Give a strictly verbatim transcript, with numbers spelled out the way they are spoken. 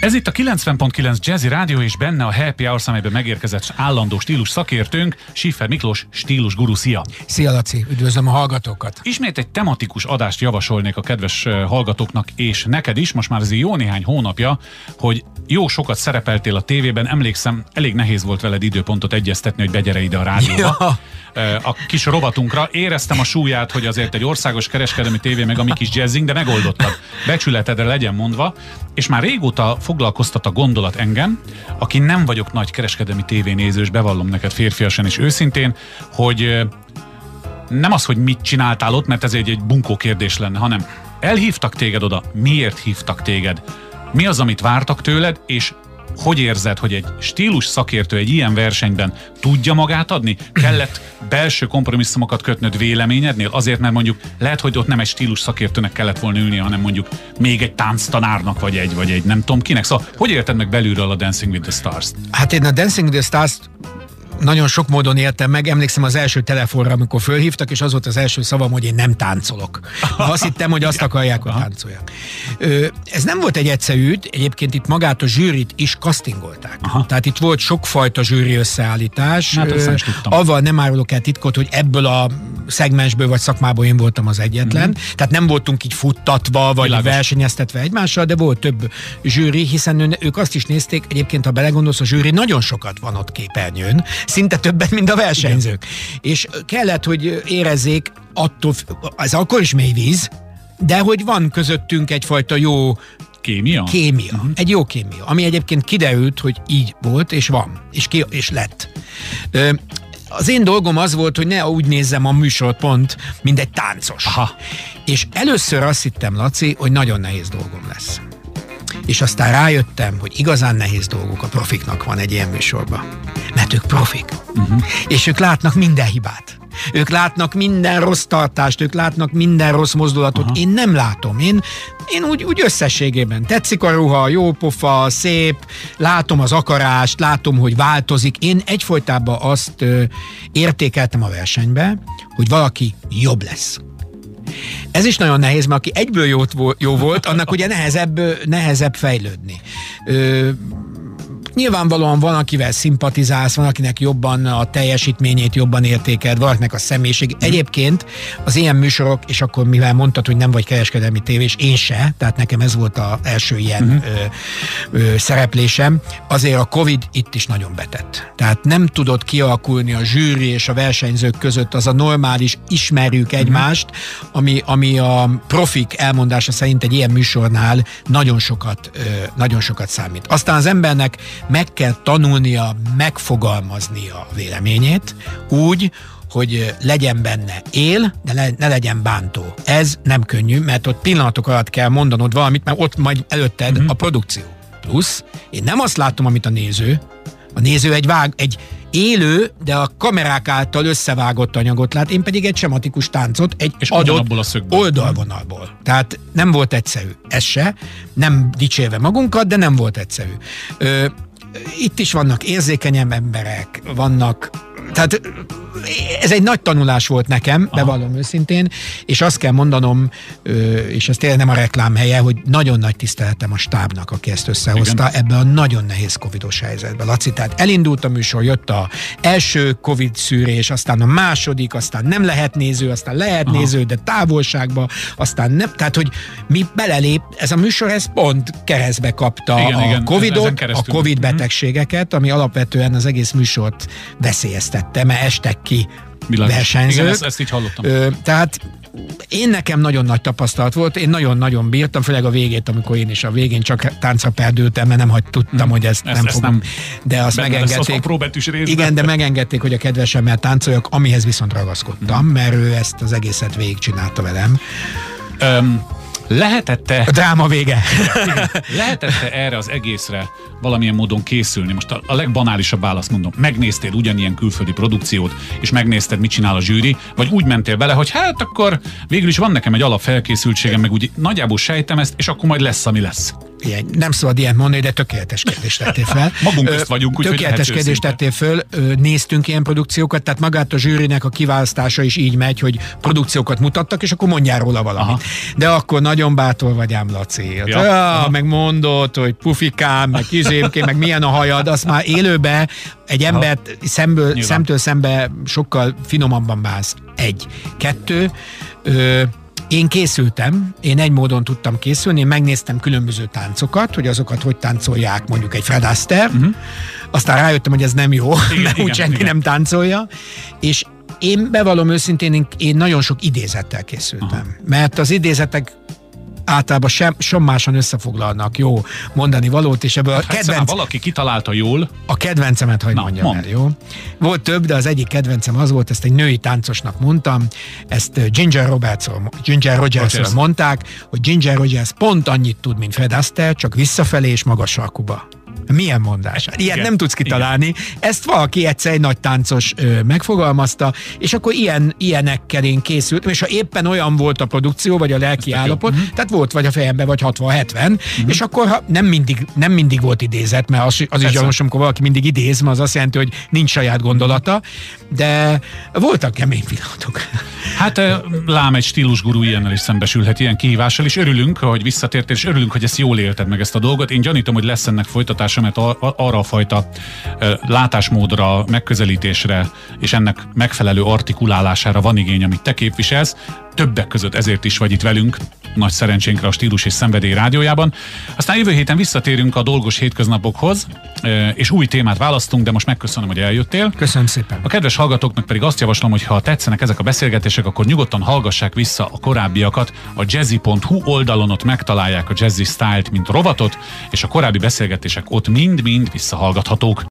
Ez itt a kilencven pont kilenc Jazzy Rádió, és benne a Happy Hour, amelyben megérkezett állandó stílus szakértőnk, Schiffer Miklós, stílus guru. Szia! Szia, Laci! Üdvözlöm a hallgatókat! Ismét egy tematikus adást javasolnék a kedves hallgatóknak, és neked is, most már ez jó néhány hónapja, hogy jó sokat szerepeltél a tévében, emlékszem, elég nehéz volt veled időpontot egyeztetni, hogy begyere ide a rádióba. Ja. A kis rovatunkra. Éreztem a súlyát, hogy azért egy országos kereskedelmi tévé, meg a mi kis jazzing, de megoldottak. Becsületedre legyen mondva, és már régóta foglalkoztat a gondolat engem, aki nem vagyok nagy kereskedelmi tévénézős, bevallom neked férfiasan és őszintén, hogy nem az, hogy mit csináltál ott, mert ez egy, egy bunkó kérdés lenne, hanem elhívtak téged oda, miért hívtak téged, mi az, amit vártak tőled, és hogy érzed, hogy egy stílus szakértő egy ilyen versenyben tudja magát adni? Kellett belső kompromisszumokat kötnöd véleményednél? Azért, mert mondjuk lehet, hogy ott nem egy stílus szakértőnek kellett volna ülnie, hanem mondjuk még egy tánctanárnak, vagy egy, vagy egy nem tudom kinek. Szóval hogy érted meg belülről a Dancing with the Stars-t? Hát én a Dancing with the Stars-t nagyon sok módon éltem meg. Emlékszem az első telefonra, amikor fölhívtak, és az volt az első szavam, hogy én nem táncolok. Azt hittem, hogy azt akarják, hogy táncoljak. Ez nem volt egy egyszerű ügy, egyébként itt magát a zsűrit is castingolták. Aha. Tehát itt volt sokfajta zsűri összeállítás. Hát, avval nem árulok el titkot, hogy ebből a szegmensből vagy szakmából én voltam az egyetlen. Mm-hmm. Tehát nem voltunk így futtatva, vagy Világos. versenyeztetve egymással, de volt több zsűri, hiszen ők azt is nézték, egyébként ha belegondolsz, a zsűri nagyon sokat van ott képernyőn, szinte többet, mint a versenyzők. Igen. És kellett, hogy érezzék attól, ez akkor is mély víz, de hogy van közöttünk egyfajta jó kémia, kémia uh-huh. egy jó kémia, ami egyébként kiderült, hogy így volt, és van, és, ki, és lett. Ö, az én dolgom az volt, hogy ne úgy nézzem a műsort pont, mint egy táncos. Aha. És először azt hittem, Laci, hogy nagyon nehéz dolgom lesz. És aztán rájöttem, hogy igazán nehéz dolgok a profiknak van egy ilyen műsorban. Mert ők profik. Uh-huh. És ők látnak minden hibát. Ők látnak minden rossz tartást, ők látnak minden rossz mozdulatot. Aha. Én nem látom. Én, én úgy, úgy összességében tetszik a ruha, jó pofa, szép, látom az akarást, látom, hogy változik. Én egyfolytában azt ö, értékeltem a versenybe, hogy valaki jobb lesz. Ez is nagyon nehéz, mert aki egyből jót, jó volt, annak ugye nehezebb, nehezebb fejlődni. Ö, Nyilvánvalóan van, akivel szimpatizálsz, van, akinek jobban a teljesítményét jobban értékeld, valakinek a személyiség. Egyébként az ilyen műsorok, és akkor mivel mondtad, hogy nem vagy kereskedelmi tévés, én se, tehát nekem ez volt az első ilyen uh-huh. ö, ö, szereplésem, azért a Covid itt is nagyon betett. Tehát nem tudott kialakulni a zsűri és a versenyzők között az a normális ismerjük egymást, uh-huh. ami, ami a profik elmondása szerint egy ilyen műsornál nagyon sokat, ö, nagyon sokat számít. Aztán az embernek meg kell tanulnia megfogalmazni a véleményét úgy, hogy legyen benne él, de ne, ne legyen bántó. Ez nem könnyű, mert ott pillanatok alatt kell mondanod valamit, mert ott majd előtted uh-huh. a produkció. Plusz, én nem azt látom, amit a néző. A néző egy, vág, egy élő, de a kamerák által összevágott anyagot lát, én pedig egy sematikus táncot egy és adott oldalvonalból. Tehát nem volt egyszerű. Ez se. Nem dicsérve magunkat, de nem volt egyszerű. Ö, itt is vannak érzékenyebb emberek, vannak... Tehát ez egy nagy tanulás volt nekem, Aha. bevallom őszintén, és azt kell mondanom, és ez tényleg nem a reklám helye, hogy nagyon nagy tiszteletem a stábnak, aki ezt összehozta ebben a nagyon nehéz covidos helyzetben. Laci, tehát elindult a műsor, jött a első Covid szűrés, aztán a második, aztán nem lehet néző, aztán lehet Aha. néző, de távolságban, aztán nem, tehát hogy mi belelép, ez a műsor ez pont keresztbe kapta igen, a igen, Covidot, a Covid betegségeket, ami alapvetően az egész műsort veszélyeztette, mert estek ki Világos. versenyzők. Igen, ezt, ezt így hallottam. Ö, tehát én nekem nagyon nagy tapasztalat volt, én nagyon-nagyon bírtam, főleg a végét, amikor én is a végén csak táncra perdültem, mert nem hagy, tudtam, hmm. hogy ezt, ezt nem ezt fogom. Nem. De azt Benne megengedték. Igen, de megengedték, hogy a kedvesemmel táncoljak, amihez viszont ragaszkodtam, hmm. mert ő ezt az egészet végigcsinálta velem. Um, Lehetette... A dráma vége. Lehetette erre az egészre valamilyen módon készülni? Most a, a legbanálisabb választ mondom. Megnéztél ugyanilyen külföldi produkciót, és megnézted, mit csinál a zsűri, vagy úgy mentél bele, hogy hát akkor végül is van nekem egy alapfelkészültségem, meg úgy nagyjából sejtem ezt, és akkor majd lesz, ami lesz. ilyen, nem szabad ilyet mondani, de tökéletes kérdést tettél fel. Magunk közt vagyunk, úgyhogy tökéletes kérdést tettél föl, néztünk ilyen produkciókat, tehát magát a zsűrinek a kiválasztása is így megy, hogy produkciókat mutattak, és akkor mondjál róla valamit. Aha. De akkor nagyon bátor vagy ám, Laci. Ja. Ah, meg mondod, hogy pufikám, meg kizémké, meg milyen a hajad, azt már élőben egy embert szemből, szemtől szembe sokkal finomabban bánsz. Egy. Kettő, ö, én készültem, én egy módon tudtam készülni, én megnéztem különböző táncokat, hogy azokat hogy táncolják mondjuk egy Fred Astaire, uh-huh. aztán rájöttem, hogy ez nem jó, igen, mert úgy senki nem táncolja, és én bevallom őszintén, én, én nagyon sok idézettel készültem, uh-huh. mert az idézetek általában sem, sommásan összefoglalnak jó mondani valót, és ebből hát a kedvenc... valaki kitalálta jól. A kedvencemet, hogy mondjam mond. el, jó? Volt több, de az egyik kedvencem az volt, ezt egy női táncosnak mondtam, ezt Ginger Robertsról, Ginger Rogersről Rogers. mondták, hogy Ginger Rogers pont annyit tud, mint Fred Astaire, csak visszafelé és magas sarkuba. Milyen mondás? Ilyet igen, nem tudsz kitalálni. Igen. Ezt valaki egyszer egy nagy táncos ö, megfogalmazta, és akkor ilyen, ilyenekkel én készültem, és ha éppen olyan volt a produkció, vagy a lelki Ezt állapot, uh-huh. tehát volt vagy a fejemben, vagy hatvan-hetven, uh-huh. és akkor ha nem mindig, nem mindig volt idézet, mert az, az is gyanús, amikor valaki mindig idéz, mert az azt jelenti, hogy nincs saját gondolata, de voltak kemény pillanatok. Hát lám egy stílusgurú ilyennel is szembesülhet, ilyen kihívással, és örülünk, hogy visszatértél, és örülünk, hogy ezt jól élted meg ezt a dolgot. Én gyanítom, hogy lesz ennek folytatása, mert arra a fajta látásmódra, megközelítésre és ennek megfelelő artikulálására van igény, amit te képviselsz. Többek között ezért is vagy itt velünk, nagy szerencsénkre a Stílus és Szenvedély rádiójában. Aztán jövő héten visszatérünk a dolgos hétköznapokhoz, és új témát választunk, de most megköszönöm, hogy eljöttél. Köszönöm szépen. A kedves hallgatóknak pedig azt javaslom, hogy ha tetszenek ezek a beszélgetések, akkor nyugodtan hallgassák vissza a korábbiakat. A jazzy pont hu oldalon ott megtalálják a Jazzy Style-t, mint rovatot, és a korábbi beszélgetések ott mind-mind visszahallgathatók.